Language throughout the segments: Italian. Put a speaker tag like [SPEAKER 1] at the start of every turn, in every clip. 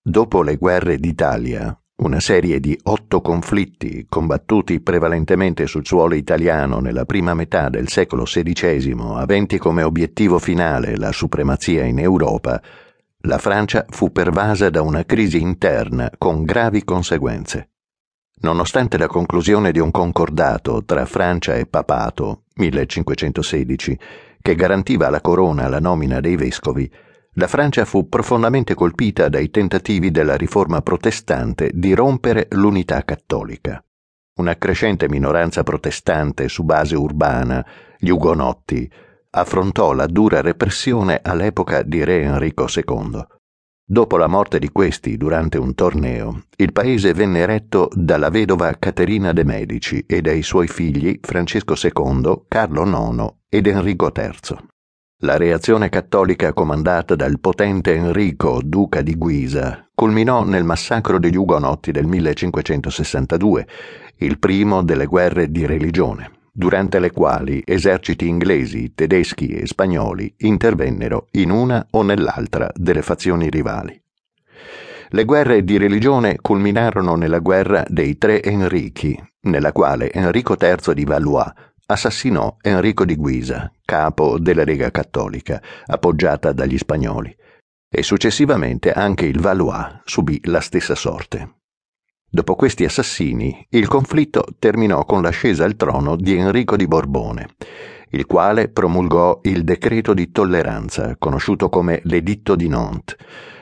[SPEAKER 1] Dopo le guerre d'Italia, una serie di 8 conflitti combattuti prevalentemente sul suolo italiano nella prima metà del secolo XVI, aventi come obiettivo finale la supremazia in Europa, la Francia fu pervasa da una crisi interna con gravi conseguenze. Nonostante la conclusione di un concordato tra Francia e Papato, 1516, che garantiva alla corona la nomina dei vescovi, la Francia fu profondamente colpita dai tentativi della riforma protestante di rompere l'unità cattolica. Una crescente minoranza protestante su base urbana, gli Ugonotti, affrontò la dura repressione all'epoca di Re Enrico II. Dopo la morte di questi durante un torneo, il paese venne retto dalla vedova Caterina de' Medici e dai suoi figli Francesco II, Carlo IX ed Enrico III. La reazione cattolica comandata dal potente Enrico, duca di Guisa, culminò nel massacro degli Ugonotti del 1562, il primo delle guerre di religione, durante le quali eserciti inglesi, tedeschi e spagnoli intervennero in una o nell'altra delle fazioni rivali. Le guerre di religione culminarono nella guerra dei Tre Enrichi, nella quale Enrico III di Valois assassinò Enrico di Guisa, capo della Lega Cattolica, appoggiata dagli spagnoli, e successivamente anche il Valois subì la stessa sorte. Dopo questi assassini, il conflitto terminò con l'ascesa al trono di Enrico di Borbone, il quale promulgò il decreto di tolleranza, conosciuto come l'Editto di Nantes,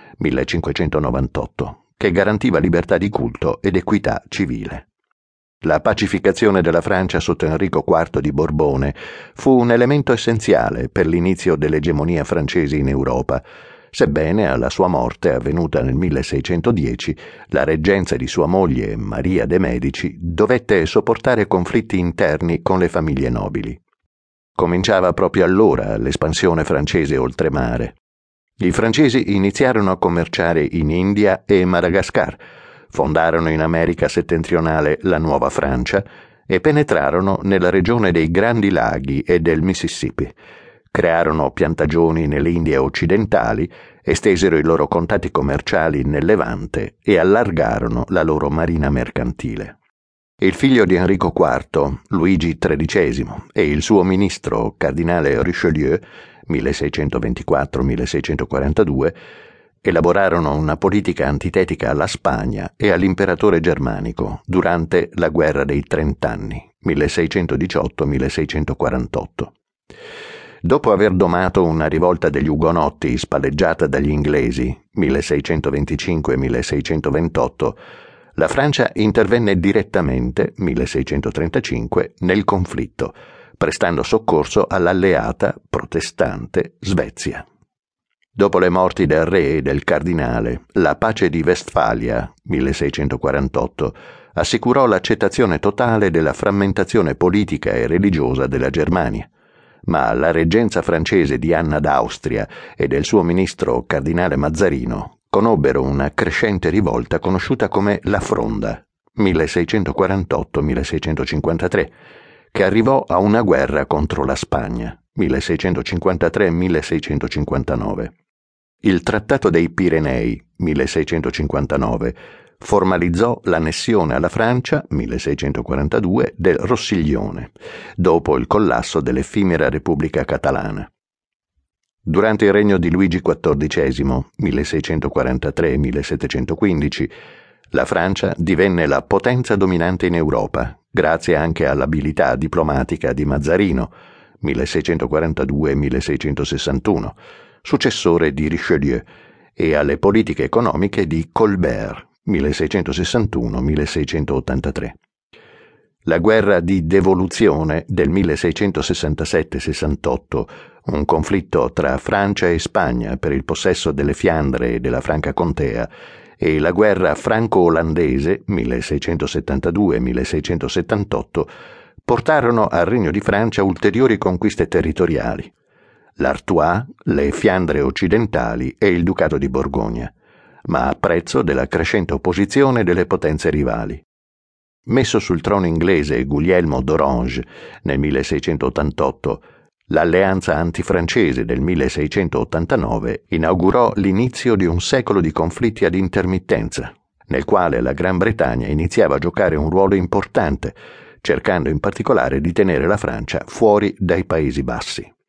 [SPEAKER 1] 1598, che garantiva libertà di culto ed equità civile. La pacificazione della Francia sotto Enrico IV di Borbone fu un elemento essenziale per l'inizio dell'egemonia francese in Europa, sebbene alla sua morte, avvenuta nel 1610, la reggenza di sua moglie Maria de' Medici dovette sopportare conflitti interni con le famiglie nobili. Cominciava proprio allora l'espansione francese oltremare. I francesi iniziarono a commerciare in India e Madagascar, fondarono in America settentrionale la Nuova Francia e penetrarono nella regione dei Grandi Laghi e del Mississippi. Crearono piantagioni nelle Indie occidentali, estesero i loro contatti commerciali nel Levante e allargarono la loro marina mercantile. Il figlio di Enrico IV, Luigi XIII, e il suo ministro, cardinale Richelieu, 1624-1642, elaborarono una politica antitetica alla Spagna e all'imperatore germanico durante la guerra dei Trent'anni, 1618-1648. Dopo aver domato una rivolta degli Ugonotti spalleggiata dagli inglesi, 1625-1628, la Francia intervenne direttamente, 1635, nel conflitto, prestando soccorso all'alleata protestante Svezia. Dopo le morti del re e del cardinale, la pace di Westfalia, 1648, assicurò l'accettazione totale della frammentazione politica e religiosa della Germania, ma la reggenza francese di Anna d'Austria e del suo ministro cardinale Mazzarino conobbero una crescente rivolta conosciuta come la Fronda, 1648-1653, che arrivò a una guerra contro la Spagna, 1653-1659. Il Trattato dei Pirenei, 1659, formalizzò l'annessione alla Francia, 1642, del Rossiglione, dopo il collasso dell'effimera Repubblica Catalana. Durante il regno di Luigi XIV, 1643-1715, la Francia divenne la potenza dominante in Europa, grazie anche all'abilità diplomatica di Mazzarino, 1642-1661, successore di Richelieu, e alle politiche economiche di Colbert, 1661-1683. La guerra di devoluzione del 1667-68, un conflitto tra Francia e Spagna per il possesso delle Fiandre e della Franca Contea, e la guerra franco-olandese 1672-1678 portarono al Regno di Francia ulteriori conquiste territoriali: l'Artois, le Fiandre occidentali e il Ducato di Borgogna, ma a prezzo della crescente opposizione delle potenze rivali. Messo sul trono inglese Guglielmo d'Orange nel 1688, L'alleanza antifrancese del 1689 inaugurò l'inizio di un secolo di conflitti ad intermittenza, nel quale la Gran Bretagna iniziava a giocare un ruolo importante, cercando in particolare di tenere la Francia fuori dai Paesi Bassi.